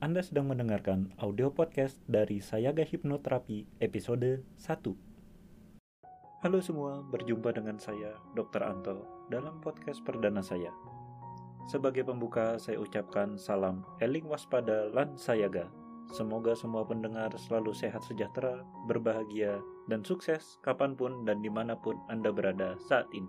Anda sedang mendengarkan audio podcast dari Sayaga Hipnoterapi episode 1. Halo semua, berjumpa dengan saya, Dr. Anto, dalam podcast perdana saya. Sebagai pembuka, saya ucapkan salam eling waspada lan sayaga. Semoga semua pendengar selalu sehat sejahtera, berbahagia, dan sukses kapanpun dan dimanapun Anda berada saat ini.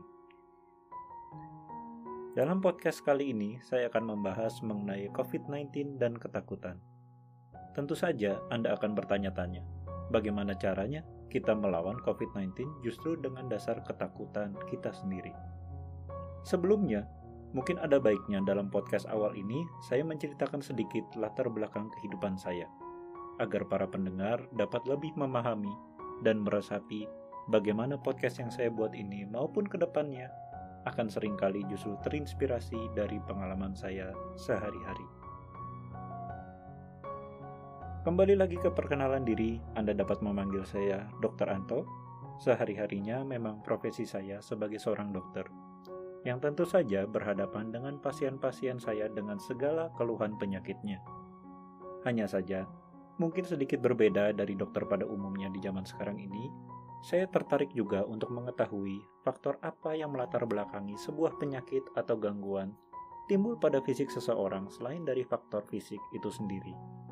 Dalam podcast kali ini, saya akan membahas mengenai COVID-19 dan ketakutan. Tentu saja Anda akan bertanya-tanya, bagaimana caranya kita melawan COVID-19 justru dengan dasar ketakutan kita sendiri. Sebelumnya, mungkin ada baiknya dalam podcast awal ini saya menceritakan sedikit latar belakang kehidupan saya, agar para pendengar dapat lebih memahami dan meresapi bagaimana podcast yang saya buat ini maupun ke depannya akan seringkali justru terinspirasi dari pengalaman saya sehari-hari. Kembali lagi ke perkenalan diri, Anda dapat memanggil saya Dr. Anto. Sehari-harinya memang profesi saya sebagai seorang dokter, yang tentu saja berhadapan dengan pasien-pasien saya dengan segala keluhan penyakitnya. Hanya saja, mungkin sedikit berbeda dari dokter pada umumnya di zaman sekarang ini, saya tertarik juga untuk mengetahui faktor apa yang melatar belakangi sebuah penyakit atau gangguan timbul pada fisik seseorang selain dari faktor fisik itu sendiri.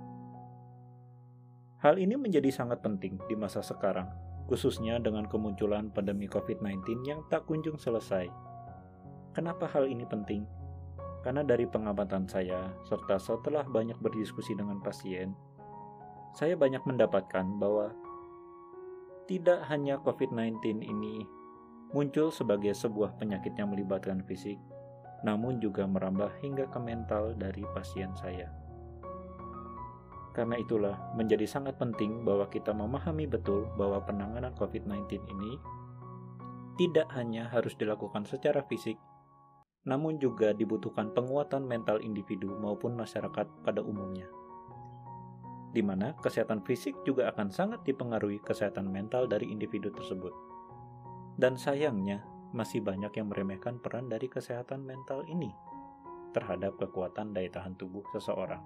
Hal ini menjadi sangat penting di masa sekarang, khususnya dengan kemunculan pandemi COVID-19 yang tak kunjung selesai. Kenapa hal ini penting? Karena dari pengamatan saya, serta setelah banyak berdiskusi dengan pasien, saya banyak mendapatkan bahwa tidak hanya COVID-19 ini muncul sebagai sebuah penyakit yang melibatkan fisik, namun juga merambah hingga ke mental dari pasien saya. Karena itulah menjadi sangat penting bahwa kita memahami betul bahwa penanganan COVID-19 ini tidak hanya harus dilakukan secara fisik, namun juga dibutuhkan penguatan mental individu maupun masyarakat pada umumnya, di mana kesehatan fisik juga akan sangat dipengaruhi kesehatan mental dari individu tersebut. Dan sayangnya, masih banyak yang meremehkan peran dari kesehatan mental ini terhadap kekuatan daya tahan tubuh seseorang.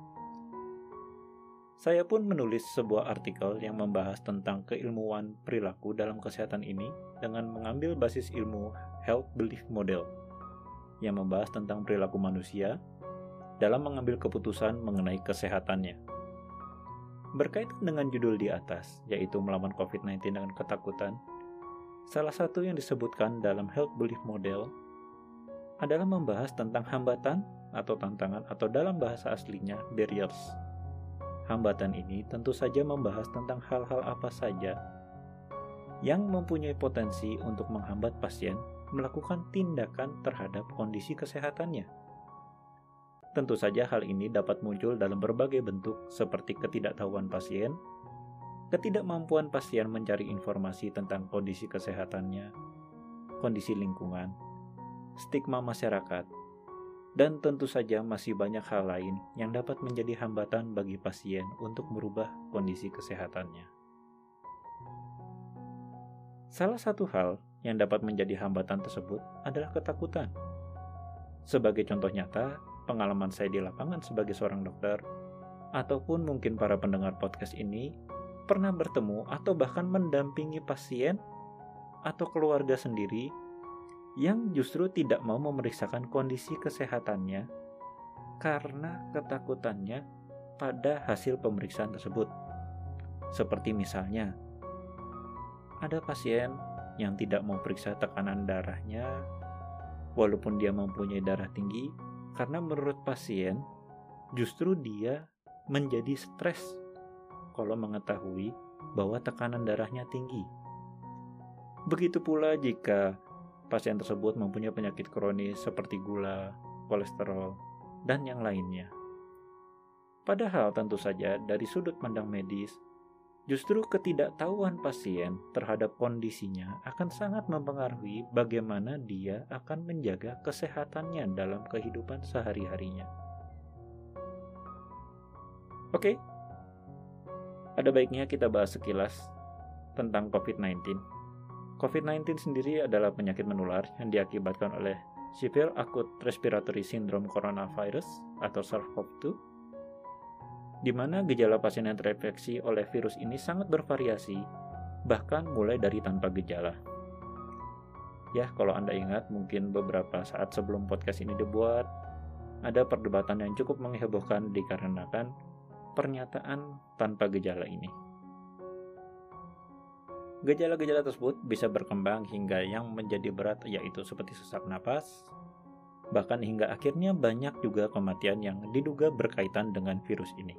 Saya pun menulis sebuah artikel yang membahas tentang keilmuan perilaku dalam kesehatan ini dengan mengambil basis ilmu Health Belief Model yang membahas tentang perilaku manusia dalam mengambil keputusan mengenai kesehatannya. Berkaitan dengan judul di atas, yaitu melawan COVID-19 dengan ketakutan, salah satu yang disebutkan dalam Health Belief Model adalah membahas tentang hambatan atau tantangan atau dalam bahasa aslinya barriers. Hambatan ini tentu saja membahas tentang hal-hal apa saja yang mempunyai potensi untuk menghambat pasien melakukan tindakan terhadap kondisi kesehatannya. Tentu saja hal ini dapat muncul dalam berbagai bentuk seperti ketidaktahuan pasien, ketidakmampuan pasien mencari informasi tentang kondisi kesehatannya, kondisi lingkungan, stigma masyarakat, dan tentu saja masih banyak hal lain yang dapat menjadi hambatan bagi pasien untuk merubah kondisi kesehatannya. Salah satu hal yang dapat menjadi hambatan tersebut adalah ketakutan. Sebagai contoh nyata, pengalaman saya di lapangan sebagai seorang dokter, ataupun mungkin para pendengar podcast ini pernah bertemu atau bahkan mendampingi pasien atau keluarga sendiri yang justru tidak mau memeriksakan kondisi kesehatannya karena ketakutannya pada hasil pemeriksaan tersebut. Seperti misalnya, ada pasien yang tidak mau periksa tekanan darahnya walaupun dia mempunyai darah tinggi, karena menurut pasien, justru dia menjadi stres kalau mengetahui bahwa tekanan darahnya tinggi. Begitu pula jika pasien tersebut mempunyai penyakit kronis seperti gula, kolesterol, dan yang lainnya. Padahal tentu saja dari sudut pandang medis, justru ketidaktahuan pasien terhadap kondisinya akan sangat mempengaruhi bagaimana dia akan menjaga kesehatannya dalam kehidupan sehari-harinya. Oke, ada baiknya kita bahas sekilas tentang COVID-19. COVID-19 sendiri adalah penyakit menular yang diakibatkan oleh Severe Acute Respiratory Syndrome Coronavirus atau SARS-CoV-2 di mana gejala pasien yang terinfeksi oleh virus ini sangat bervariasi, bahkan mulai dari tanpa gejala. Ya, kalau Anda ingat, mungkin beberapa saat sebelum podcast ini dibuat, ada perdebatan yang cukup menghebohkan dikarenakan pernyataan tanpa gejala ini. Gejala-gejala tersebut bisa berkembang hingga yang menjadi berat, yaitu seperti sesak napas, bahkan hingga akhirnya banyak juga kematian yang diduga berkaitan dengan virus ini.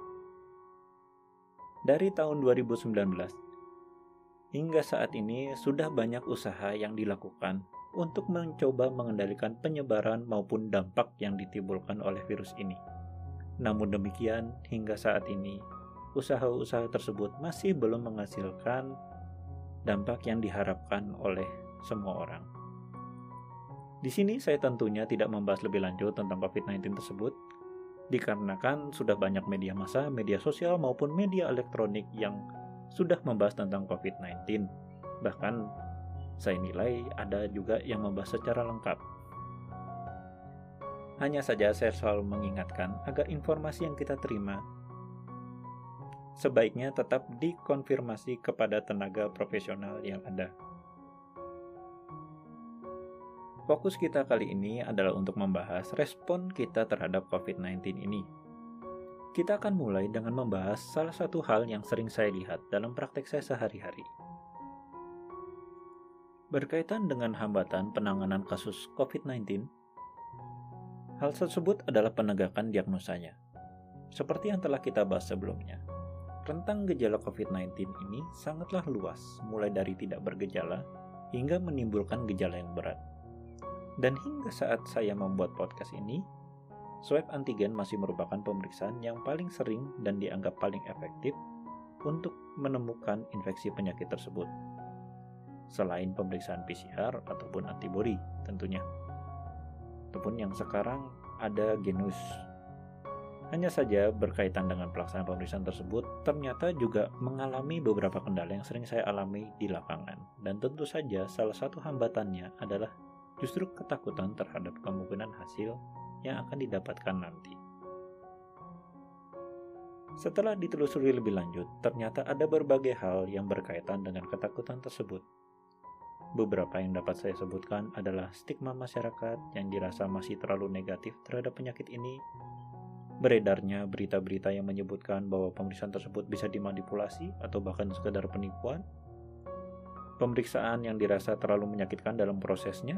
Dari tahun 2019 hingga saat ini sudah banyak usaha yang dilakukan untuk mencoba mengendalikan penyebaran maupun dampak yang ditimbulkan oleh virus ini. Namun demikian, hingga saat ini usaha-usaha tersebut masih belum menghasilkan dampak yang diharapkan oleh semua orang. Di sini saya tentunya tidak membahas lebih lanjut tentang COVID-19 tersebut, dikarenakan sudah banyak media massa, media sosial maupun media elektronik yang sudah membahas tentang COVID-19. Bahkan saya nilai ada juga yang membahas secara lengkap. Hanya saja saya selalu mengingatkan agar informasi yang kita terima sebaiknya tetap dikonfirmasi kepada tenaga profesional yang ada. Fokus kita kali ini adalah untuk membahas respon kita terhadap COVID-19 ini. Kita akan mulai dengan membahas salah satu hal yang sering saya lihat dalam praktek saya sehari-hari. Berkaitan dengan hambatan penanganan kasus COVID-19, hal tersebut adalah penegakan diagnosanya. Seperti yang telah kita bahas sebelumnya, rentang gejala COVID-19 ini sangatlah luas, mulai dari tidak bergejala hingga menimbulkan gejala yang berat. Dan hingga saat saya membuat podcast ini, swab antigen masih merupakan pemeriksaan yang paling sering dan dianggap paling efektif untuk menemukan infeksi penyakit tersebut, selain pemeriksaan PCR ataupun antibodi tentunya. Ataupun yang sekarang ada Genus. Hanya saja berkaitan dengan pelaksanaan pemeriksaan tersebut ternyata juga mengalami beberapa kendala yang sering saya alami di lapangan. Dan tentu saja salah satu hambatannya adalah justru ketakutan terhadap kemungkinan hasil yang akan didapatkan nanti. Setelah ditelusuri lebih lanjut, ternyata ada berbagai hal yang berkaitan dengan ketakutan tersebut. Beberapa yang dapat saya sebutkan adalah stigma masyarakat yang dirasa masih terlalu negatif terhadap penyakit ini, beredarnya berita-berita yang menyebutkan bahwa pemeriksaan tersebut bisa dimanipulasi atau bahkan sekadar penipuan, pemeriksaan yang dirasa terlalu menyakitkan dalam prosesnya,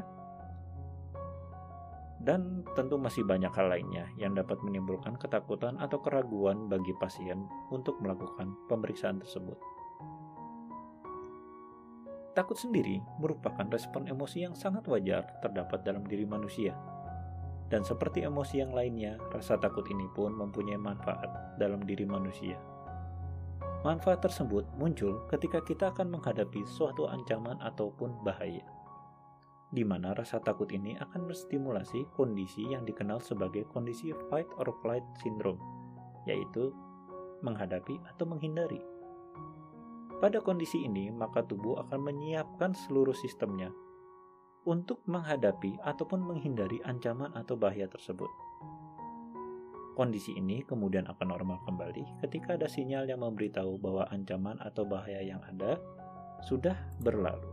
dan tentu masih banyak hal lainnya yang dapat menimbulkan ketakutan atau keraguan bagi pasien untuk melakukan pemeriksaan tersebut. Takut sendiri merupakan respon emosi yang sangat wajar terdapat dalam diri manusia. Dan seperti emosi yang lainnya, rasa takut ini pun mempunyai manfaat dalam diri manusia. Manfaat tersebut muncul ketika kita akan menghadapi suatu ancaman ataupun bahaya, di mana rasa takut ini akan menstimulasi kondisi yang dikenal sebagai kondisi fight or flight syndrome, yaitu menghadapi atau menghindari. Pada kondisi ini, maka tubuh akan menyiapkan seluruh sistemnya untuk menghadapi ataupun menghindari ancaman atau bahaya tersebut. Kondisi ini kemudian akan normal kembali ketika ada sinyal yang memberitahu bahwa ancaman atau bahaya yang ada sudah berlalu.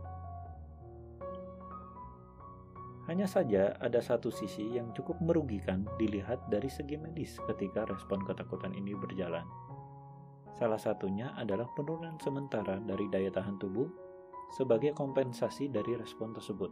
Hanya saja ada satu sisi yang cukup merugikan dilihat dari segi medis ketika respon ketakutan ini berjalan. Salah satunya adalah penurunan sementara dari daya tahan tubuh sebagai kompensasi dari respon tersebut.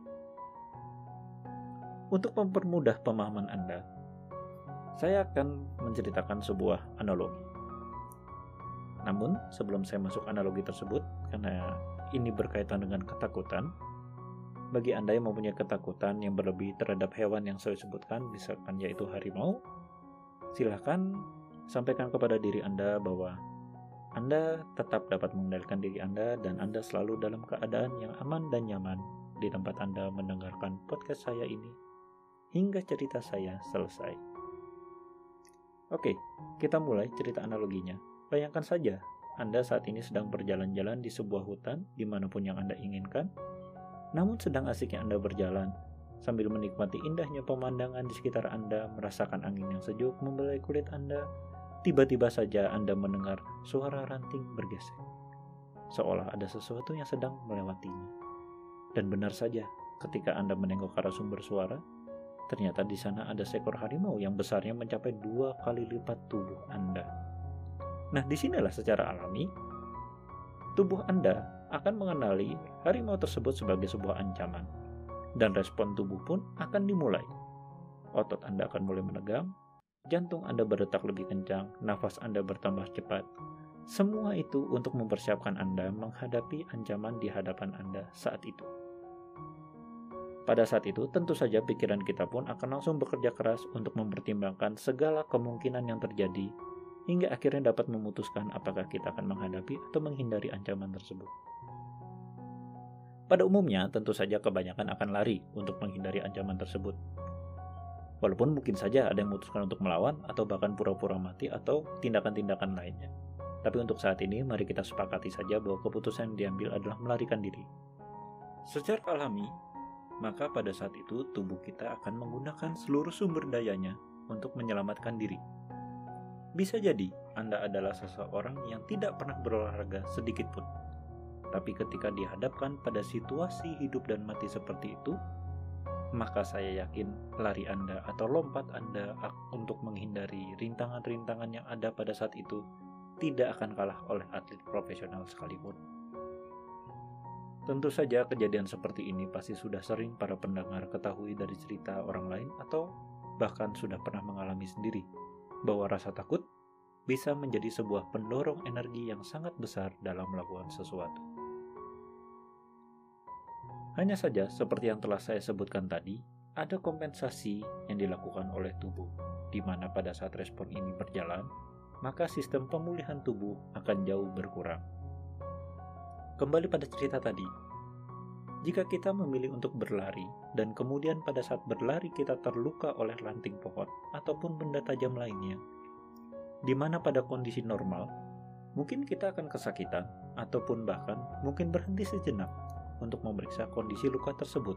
Untuk mempermudah pemahaman Anda, saya akan menceritakan sebuah analogi. Namun, sebelum saya masuk analogi tersebut, karena ini berkaitan dengan ketakutan, bagi Anda yang mempunyai ketakutan yang berlebih terhadap hewan yang saya sebutkan, misalkan yaitu harimau, silakan sampaikan kepada diri Anda bahwa Anda tetap dapat mengendalikan diri Anda dan Anda selalu dalam keadaan yang aman dan nyaman di tempat Anda mendengarkan podcast saya ini hingga cerita saya selesai. Oke, kita mulai cerita analoginya. Bayangkan saja, Anda saat ini sedang berjalan-jalan di sebuah hutan dimanapun yang Anda inginkan, namun sedang asiknya Anda berjalan sambil menikmati indahnya pemandangan di sekitar Anda, merasakan angin yang sejuk membelai kulit Anda, tiba-tiba saja Anda mendengar suara ranting bergesek, seolah ada sesuatu yang sedang melewatinya. Dan benar saja, ketika Anda menengok ke arah sumber suara, ternyata di sana ada seekor harimau yang besarnya mencapai 2 kali lipat tubuh Anda. Nah, disinilah secara alami, tubuh Anda akan mengenali harimau tersebut sebagai sebuah ancaman. Dan respon tubuh pun akan dimulai. Otot Anda akan mulai menegang, jantung Anda berdetak lebih kencang, nafas Anda bertambah cepat. Semua itu untuk mempersiapkan Anda menghadapi ancaman di hadapan Anda saat itu. Pada saat itu, tentu saja pikiran kita pun akan langsung bekerja keras untuk mempertimbangkan segala kemungkinan yang terjadi, hingga akhirnya dapat memutuskan apakah kita akan menghadapi atau menghindari ancaman tersebut. Pada umumnya, tentu saja kebanyakan akan lari untuk menghindari ancaman tersebut. Walaupun mungkin saja ada yang memutuskan untuk melawan atau bahkan pura-pura mati atau tindakan-tindakan lainnya. Tapi untuk saat ini, mari kita sepakati saja bahwa keputusan yang diambil adalah melarikan diri. Secara alami, maka pada saat itu tubuh kita akan menggunakan seluruh sumber dayanya untuk menyelamatkan diri. Bisa jadi Anda adalah seseorang yang tidak pernah berolahraga sedikit pun. Tapi ketika dihadapkan pada situasi hidup dan mati seperti itu, maka saya yakin lari Anda atau lompat Anda untuk menghindari rintangan-rintangan yang ada pada saat itu tidak akan kalah oleh atlet profesional sekalipun. Tentu saja kejadian seperti ini pasti sudah sering para pendengar ketahui dari cerita orang lain atau bahkan sudah pernah mengalami sendiri, bahwa rasa takut bisa menjadi sebuah pendorong energi yang sangat besar dalam melakukan sesuatu. Hanya saja, seperti yang telah saya sebutkan tadi, ada kompensasi yang dilakukan oleh tubuh, di mana pada saat respon ini berjalan, maka sistem pemulihan tubuh akan jauh berkurang. Kembali pada cerita tadi, jika kita memilih untuk berlari, dan kemudian pada saat berlari kita terluka oleh ranting pohon ataupun benda tajam lainnya, di mana pada kondisi normal, mungkin kita akan kesakitan, ataupun bahkan mungkin berhenti sejenak untuk memeriksa kondisi luka tersebut.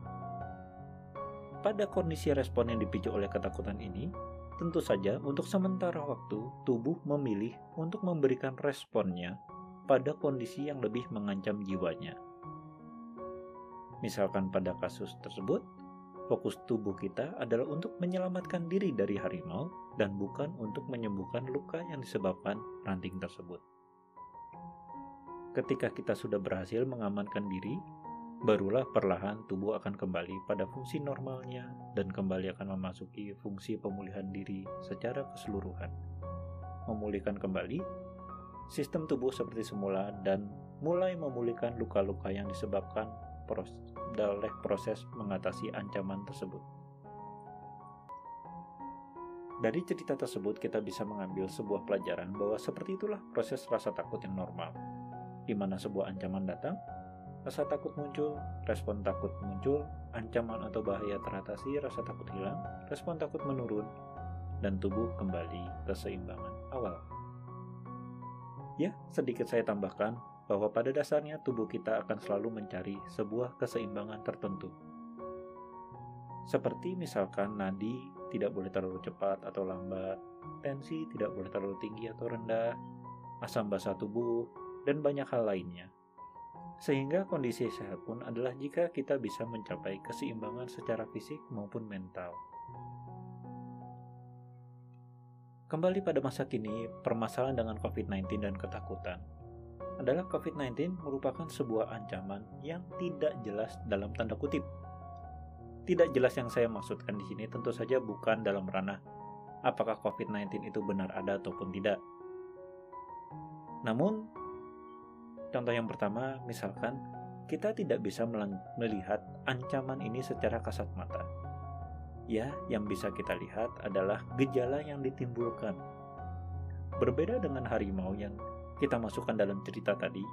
Pada kondisi respon yang dipicu oleh ketakutan ini, tentu saja untuk sementara waktu tubuh memilih untuk memberikan responnya pada kondisi yang lebih mengancam jiwanya. Misalkan pada kasus tersebut, fokus tubuh kita adalah untuk menyelamatkan diri dari harimau dan bukan untuk menyembuhkan luka yang disebabkan ranting tersebut. Ketika kita sudah berhasil mengamankan diri, barulah perlahan tubuh akan kembali pada fungsi normalnya dan kembali akan memasuki fungsi pemulihan diri secara keseluruhan. Memulihkan kembali sistem tubuh seperti semula dan mulai memulihkan luka-luka yang disebabkan oleh proses mengatasi ancaman tersebut. Dari cerita tersebut kita bisa mengambil sebuah pelajaran bahwa seperti itulah proses rasa takut yang normal, di mana sebuah ancaman datang, rasa takut muncul, respon takut muncul, ancaman atau bahaya teratasi, rasa takut hilang, respon takut menurun, dan tubuh kembali ke seimbangan awal. Ya, sedikit saya tambahkan bahwa pada dasarnya tubuh kita akan selalu mencari sebuah keseimbangan tertentu. Seperti misalkan nadi tidak boleh terlalu cepat atau lambat, tensi tidak boleh terlalu tinggi atau rendah, asam basa tubuh, dan banyak hal lainnya. Sehingga kondisi sehat pun adalah jika kita bisa mencapai keseimbangan secara fisik maupun mental. Kembali pada masa kini, permasalahan dengan COVID-19 dan ketakutan adalah COVID-19 merupakan sebuah ancaman yang tidak jelas dalam tanda kutip. Tidak jelas yang saya maksudkan di sini tentu saja bukan dalam ranah apakah COVID-19 itu benar ada ataupun tidak. Namun, contoh yang pertama, misalkan kita tidak bisa melihat ancaman ini secara kasat mata. Ya, yang bisa kita lihat adalah gejala yang ditimbulkan. Berbeda dengan harimau yang kita masukkan dalam cerita tadi,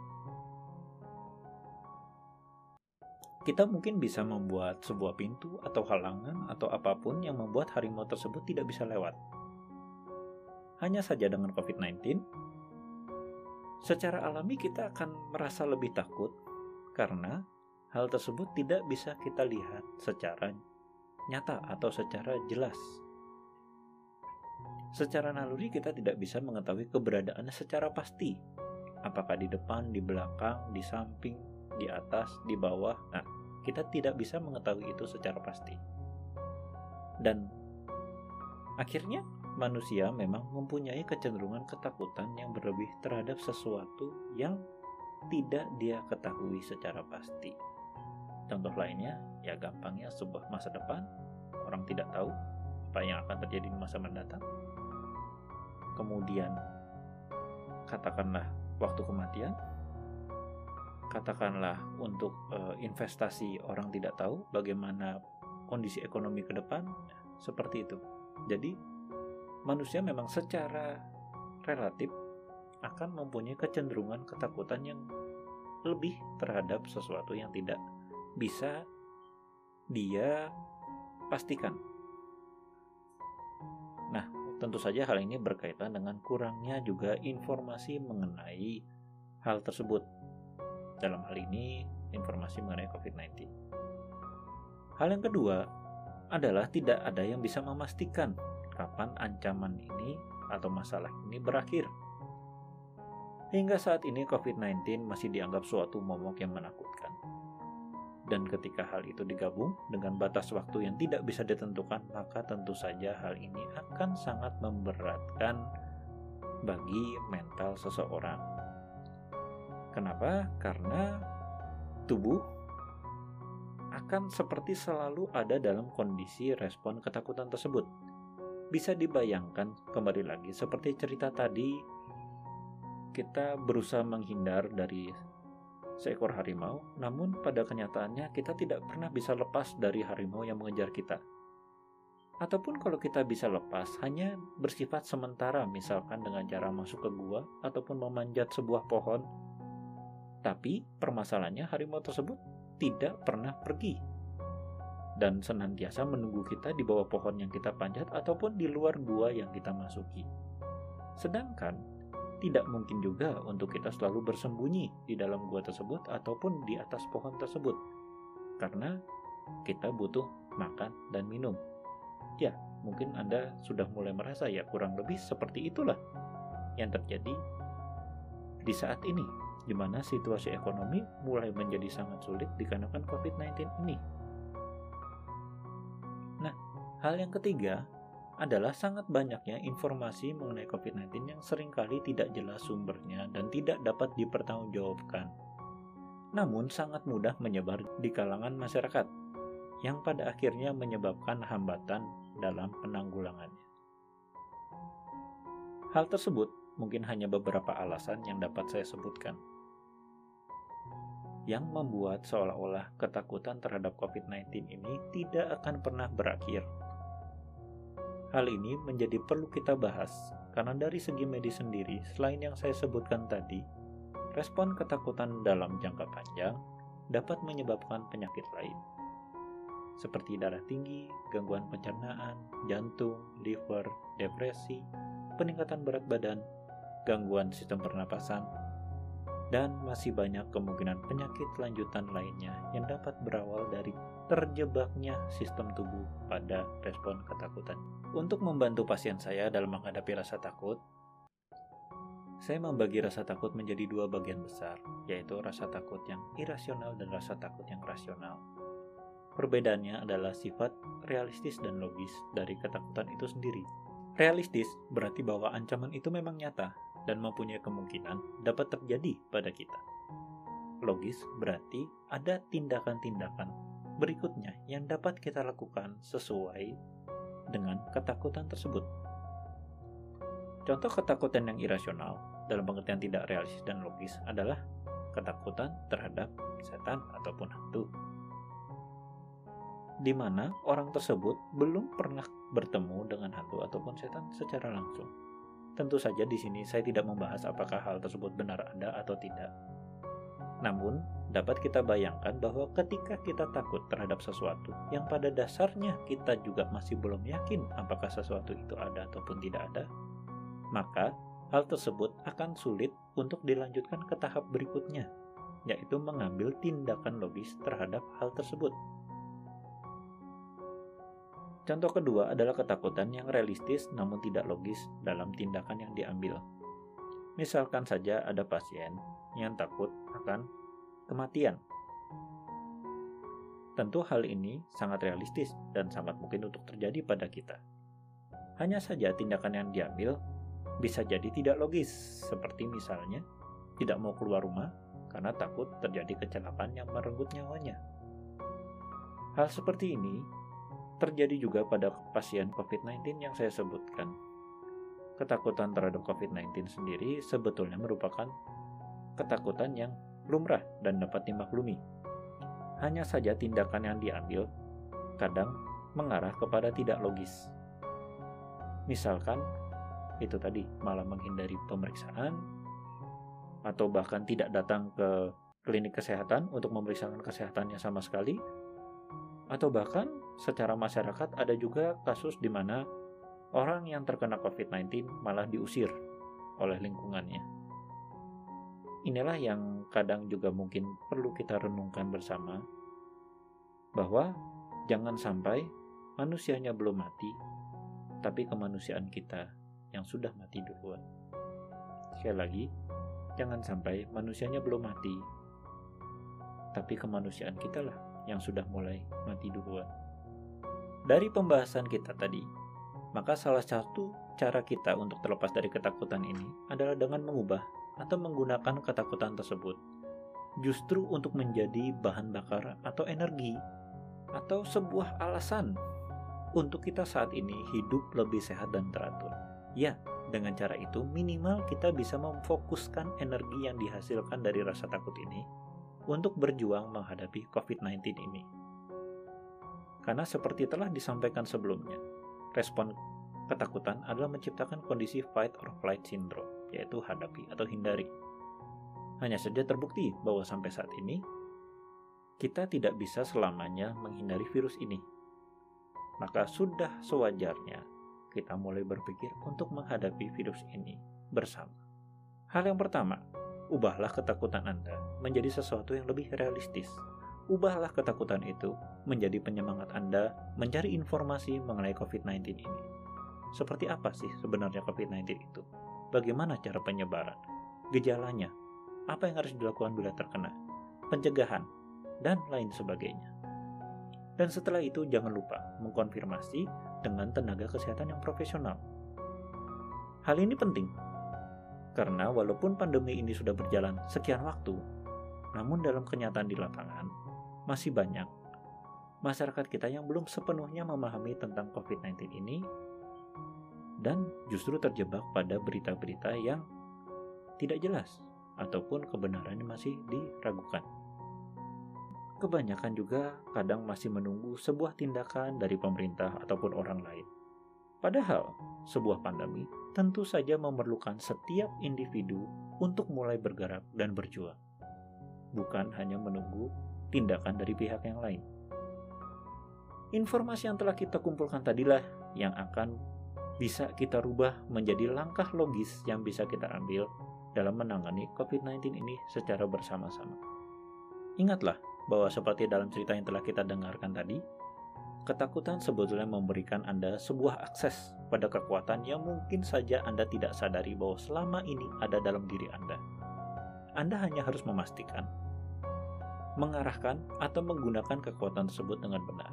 kita mungkin bisa membuat sebuah pintu atau halangan atau apapun yang membuat harimau tersebut tidak bisa lewat. Hanya saja dengan COVID-19, secara alami kita akan merasa lebih takut karena hal tersebut tidak bisa kita lihat secara nyata atau secara jelas. Secara naluri kita tidak bisa mengetahui keberadaannya secara pasti. Apakah di depan, di belakang, di samping, di atas, di bawah. Nah, kita tidak bisa mengetahui itu secara pasti. Dan akhirnya manusia memang mempunyai kecenderungan ketakutan yang berlebih terhadap sesuatu yang tidak dia ketahui secara pasti. Contoh lainnya, ya gampangnya sebuah masa depan, orang tidak tahu apa yang akan terjadi di masa mendatang. Kemudian, katakanlah waktu kematian, katakanlah untuk investasi, orang tidak tahu bagaimana kondisi ekonomi ke depan, seperti itu. Jadi, manusia memang secara relatif akan mempunyai kecenderungan ketakutan yang lebih terhadap sesuatu yang tidak bisa dia pastikan. Nah, tentu saja hal ini berkaitan dengan kurangnya juga informasi mengenai hal tersebut. Dalam hal ini, informasi mengenai COVID-19. Hal yang kedua adalah tidak ada yang bisa memastikan kapan ancaman ini atau masalah ini berakhir. Hingga saat ini COVID-19 masih dianggap suatu momok yang menakutkan. Dan ketika hal itu digabung dengan batas waktu yang tidak bisa ditentukan, maka tentu saja hal ini akan sangat memberatkan bagi mental seseorang. Kenapa? Karena tubuh akan seperti selalu ada dalam kondisi respon ketakutan tersebut. Bisa dibayangkan kembali lagi seperti cerita tadi, kita berusaha menghindar dari seekor harimau, namun pada kenyataannya kita tidak pernah bisa lepas dari harimau yang mengejar kita. Ataupun kalau kita bisa lepas, hanya bersifat sementara, misalkan dengan cara masuk ke gua ataupun memanjat sebuah pohon. Tapi permasalahannya harimau tersebut tidak pernah pergi dan senantiasa menunggu kita di bawah pohon yang kita panjat ataupun di luar gua yang kita masuki. Sedangkan tidak mungkin juga untuk kita selalu bersembunyi di dalam gua tersebut ataupun di atas pohon tersebut, karena kita butuh makan dan minum. Ya, mungkin Anda sudah mulai merasa ya kurang lebih seperti itulah yang terjadi di saat ini, di mana situasi ekonomi mulai menjadi sangat sulit dikarenakan COVID-19 ini. Nah, hal yang ketiga adalah sangat banyaknya informasi mengenai COVID-19 yang seringkali tidak jelas sumbernya dan tidak dapat dipertanggungjawabkan. Namun sangat mudah menyebar di kalangan masyarakat, yang pada akhirnya menyebabkan hambatan dalam penanggulangannya. Hal tersebut mungkin hanya beberapa alasan yang dapat saya sebutkan, yang membuat seolah-olah ketakutan terhadap COVID-19 ini tidak akan pernah berakhir. Hal ini menjadi perlu kita bahas, karena dari segi medis sendiri, selain yang saya sebutkan tadi, respon ketakutan dalam jangka panjang dapat menyebabkan penyakit lain, seperti darah tinggi, gangguan pencernaan, jantung, liver, depresi, peningkatan berat badan, gangguan sistem pernapasan, dan masih banyak kemungkinan penyakit lanjutan lainnya yang dapat berawal dari terjebaknya sistem tubuh pada respon ketakutan. Untuk membantu pasien saya dalam menghadapi rasa takut, saya membagi rasa takut menjadi dua bagian besar, yaitu rasa takut yang irasional dan rasa takut yang rasional. Perbedaannya adalah sifat realistis dan logis dari ketakutan itu sendiri. Realistis berarti bahwa ancaman itu memang nyata dan mempunyai kemungkinan dapat terjadi pada kita. Logis berarti ada tindakan-tindakan berikutnya yang dapat kita lakukan sesuai dengan ketakutan tersebut. Contoh ketakutan yang irasional dalam pengertian tidak realistis dan logis adalah ketakutan terhadap setan ataupun hantu, di mana orang tersebut belum pernah bertemu dengan hantu ataupun setan secara langsung. Tentu saja di sini saya tidak membahas apakah hal tersebut benar ada atau tidak. Namun, dapat kita bayangkan bahwa ketika kita takut terhadap sesuatu yang pada dasarnya kita juga masih belum yakin apakah sesuatu itu ada ataupun tidak ada, maka hal tersebut akan sulit untuk dilanjutkan ke tahap berikutnya, yaitu mengambil tindakan logis terhadap hal tersebut. Contoh kedua adalah ketakutan yang realistis namun tidak logis dalam tindakan yang diambil. Misalkan saja ada pasien yang takut akan kematian. Tentu hal ini sangat realistis dan sangat mungkin untuk terjadi pada kita. Hanya saja tindakan yang diambil bisa jadi tidak logis, seperti misalnya tidak mau keluar rumah karena takut terjadi kecelakaan yang merenggut nyawanya. Hal seperti ini terjadi juga pada pasien COVID-19 yang saya sebutkan. Ketakutan terhadap COVID-19 sendiri sebetulnya merupakan ketakutan yang lumrah dan dapat dimaklumi. Hanya saja tindakan yang diambil kadang mengarah kepada tidak logis. Misalkan, itu tadi malah menghindari pemeriksaan, atau bahkan tidak datang ke klinik kesehatan untuk memeriksakan kesehatannya sama sekali, atau bahkan secara masyarakat ada juga kasus di mana orang yang terkena COVID-19 malah diusir oleh lingkungannya. Inilah yang kadang juga mungkin perlu kita renungkan bersama, bahwa jangan sampai manusianya belum mati, tapi kemanusiaan kita yang sudah mati duluan. Sekali lagi, jangan sampai manusianya belum mati, tapi kemanusiaan kita lah yang sudah mulai mati duluan. Dari pembahasan kita tadi, maka salah satu cara kita untuk terlepas dari ketakutan ini adalah dengan mengubah atau menggunakan ketakutan tersebut justru untuk menjadi bahan bakar atau energi atau sebuah alasan untuk kita saat ini hidup lebih sehat dan teratur. Ya, dengan cara itu minimal kita bisa memfokuskan energi yang dihasilkan dari rasa takut ini untuk berjuang menghadapi COVID-19 ini. Karena seperti telah disampaikan sebelumnya, respon ketakutan adalah menciptakan kondisi fight or flight syndrome, yaitu hadapi atau hindari. Hanya saja terbukti bahwa sampai saat ini, kita tidak bisa selamanya menghindari virus ini. Maka sudah sewajarnya kita mulai berpikir untuk menghadapi virus ini bersama. Hal yang pertama, ubahlah ketakutan Anda menjadi sesuatu yang lebih realistis. Ubahlah ketakutan itu menjadi penyemangat Anda mencari informasi mengenai COVID-19 ini. Seperti apa sih sebenarnya COVID-19 itu? Bagaimana cara penyebaran? Gejalanya? Apa yang harus dilakukan bila terkena? Pencegahan? Dan lain sebagainya. Dan setelah itu jangan lupa mengkonfirmasi dengan tenaga kesehatan yang profesional. Hal ini penting, karena walaupun pandemi ini sudah berjalan sekian waktu, namun dalam kenyataan di lapangan, masih banyak masyarakat kita yang belum sepenuhnya memahami tentang COVID-19 ini dan justru terjebak pada berita-berita yang tidak jelas ataupun kebenarannya masih diragukan. Kebanyakan juga kadang masih menunggu sebuah tindakan dari pemerintah ataupun orang lain. Padahal, sebuah pandemi tentu saja memerlukan setiap individu untuk mulai bergerak dan berjuang, bukan hanya menunggu tindakan dari pihak yang lain. Informasi yang telah kita kumpulkan tadilah yang akan bisa kita rubah menjadi langkah logis yang bisa kita ambil dalam menangani COVID-19 ini secara bersama-sama. Ingatlah bahwa seperti dalam cerita yang telah kita dengarkan tadi, ketakutan sebetulnya memberikan Anda sebuah akses pada kekuatan yang mungkin saja Anda tidak sadari bahwa selama ini ada dalam diri Anda. Anda hanya harus memastikan, mengarahkan atau menggunakan kekuatan tersebut dengan benar.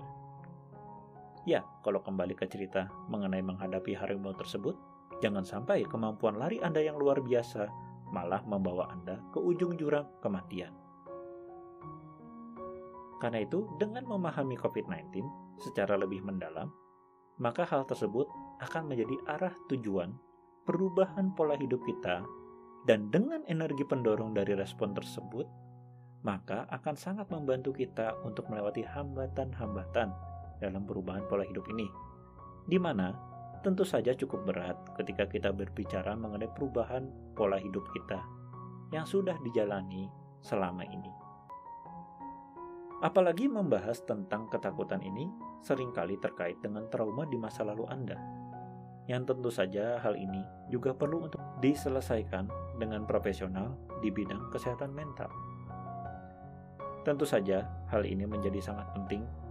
Ya, kalau kembali ke cerita mengenai menghadapi harimau tersebut, jangan sampai kemampuan lari Anda yang luar biasa malah membawa Anda ke ujung jurang kematian. Karena itu, dengan memahami COVID-19 secara lebih mendalam, maka hal tersebut akan menjadi arah tujuan perubahan pola hidup kita, dan dengan energi pendorong dari respon tersebut, maka akan sangat membantu kita untuk melewati hambatan-hambatan dalam perubahan pola hidup ini, di mana tentu saja cukup berat ketika kita berbicara mengenai perubahan pola hidup kita yang sudah dijalani selama ini. Apalagi membahas tentang ketakutan ini seringkali terkait dengan trauma di masa lalu Anda, yang tentu saja hal ini juga perlu untuk diselesaikan dengan profesional di bidang kesehatan mental. Tentu saja hal ini menjadi sangat penting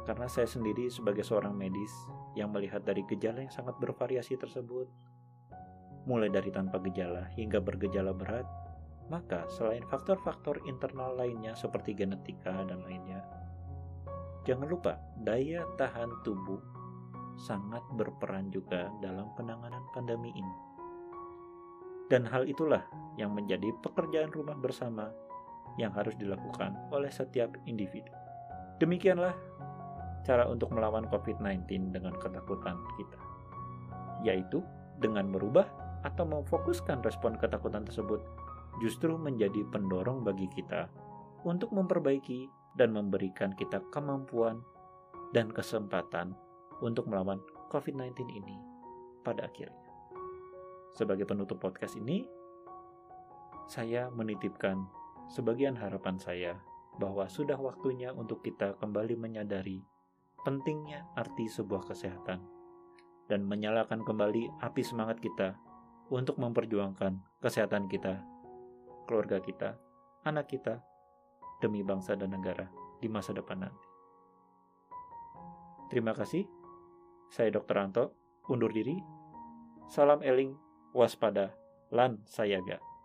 Karena saya sendiri sebagai seorang medis yang melihat dari gejala yang sangat bervariasi tersebut, mulai dari tanpa gejala hingga bergejala berat, maka selain faktor-faktor internal lainnya seperti genetika dan lainnya, jangan lupa daya tahan tubuh sangat berperan juga dalam penanganan pandemi ini. Dan hal itulah yang menjadi pekerjaan rumah bersama yang harus dilakukan oleh setiap individu. Demikianlah cara untuk melawan COVID-19 dengan ketakutan kita, yaitu dengan merubah atau memfokuskan respon ketakutan tersebut justru menjadi pendorong bagi kita untuk memperbaiki dan memberikan kita kemampuan dan kesempatan untuk melawan COVID-19 ini pada akhirnya. Sebagai penutup podcast ini, saya menitipkan sebagian harapan saya bahwa sudah waktunya untuk kita kembali menyadari pentingnya arti sebuah kesehatan dan menyalakan kembali api semangat kita untuk memperjuangkan kesehatan kita, keluarga kita, anak kita, demi bangsa dan negara di masa depan nanti. Terima kasih. Saya Dr. Anto, undur diri. Salam eling, waspada, lan sayaga.